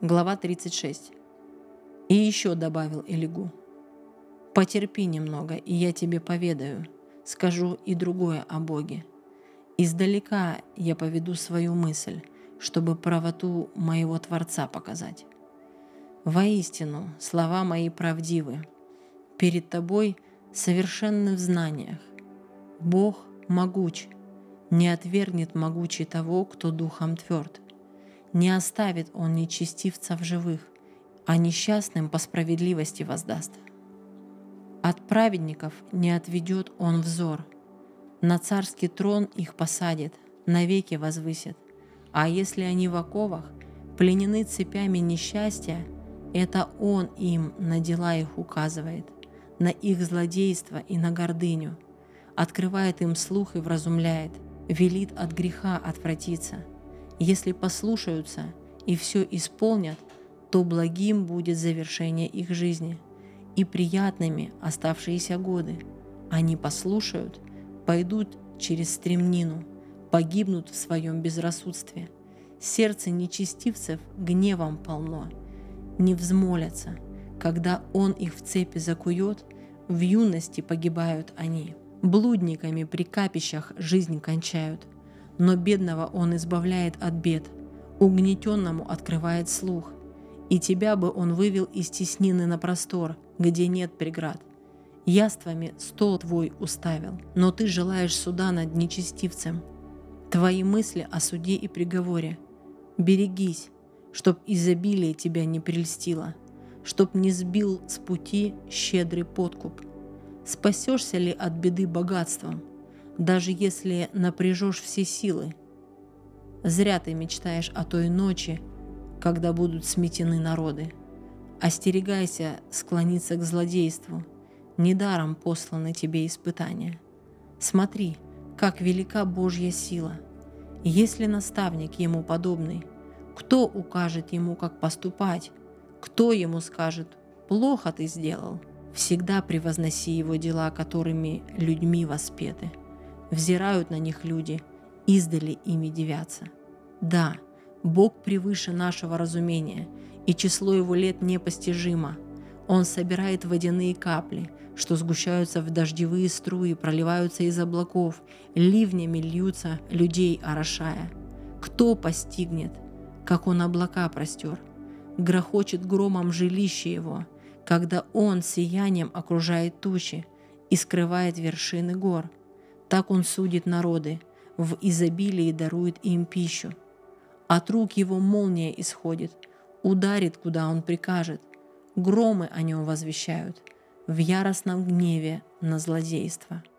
Глава 36. И еще добавил Элигу: «Потерпи немного, и я тебе поведаю, скажу и другое о Боге. Издалека я поведу свою мысль, чтобы правоту моего Творца показать. Воистину, слова мои правдивы, перед тобой совершенны в знаниях. Бог могуч, не отвергнет могучий того, кто духом тверд. Не оставит он нечестивца в живых, а несчастным по справедливости воздаст. От праведников не отведет он взор, на царский трон их посадит, навеки возвысит. А если они в оковах, пленены цепями несчастья, это он им на дела их указывает, на их злодейство и на гордыню, открывает им слух и вразумляет, велит от греха отвратиться. Если послушаются и все исполнят, то благим будет завершение их жизни и приятными оставшиеся годы. Они послушают, пойдут через стремнину, погибнут в своем безрассудстве. Сердце нечестивцев гневом полно, не взмолятся. Когда он их в цепи закует, в юности погибают они. Блудниками при капищах жизнь кончают, но бедного он избавляет от бед, угнетенному открывает слух. И тебя бы он вывел из теснины на простор, где нет преград. Яствами стол твой уставил, но ты желаешь суда над нечестивцем. Твои мысли о суде и приговоре. Берегись, чтоб изобилие тебя не прельстило, чтоб не сбил с пути щедрый подкуп. Спасешься ли от беды богатством, даже если напряжешь все силы? Зря ты мечтаешь о той ночи, когда будут сметены народы. Остерегайся склониться к злодейству, недаром посланы тебе испытания. Смотри, как велика Божья сила. Если наставник ему подобный, кто укажет ему, как поступать? Кто ему скажет: плохо ты сделал? Всегда превозноси его дела, которыми людьми воспеты. Взирают на них люди, издали ими дивятся. Да, Бог превыше нашего разумения, и число его лет непостижимо. Он собирает водяные капли, что сгущаются в дождевые струи, проливаются из облаков, ливнями льются, людей орошая. Кто постигнет, как он облака простер? Грохочет громом жилище его, когда он сиянием окружает тучи и скрывает вершины гор. Так он судит народы, в изобилии дарует им пищу. От рук его молния исходит, ударит, куда он прикажет. Громы о нем возвещают в яростном гневе на злодейство.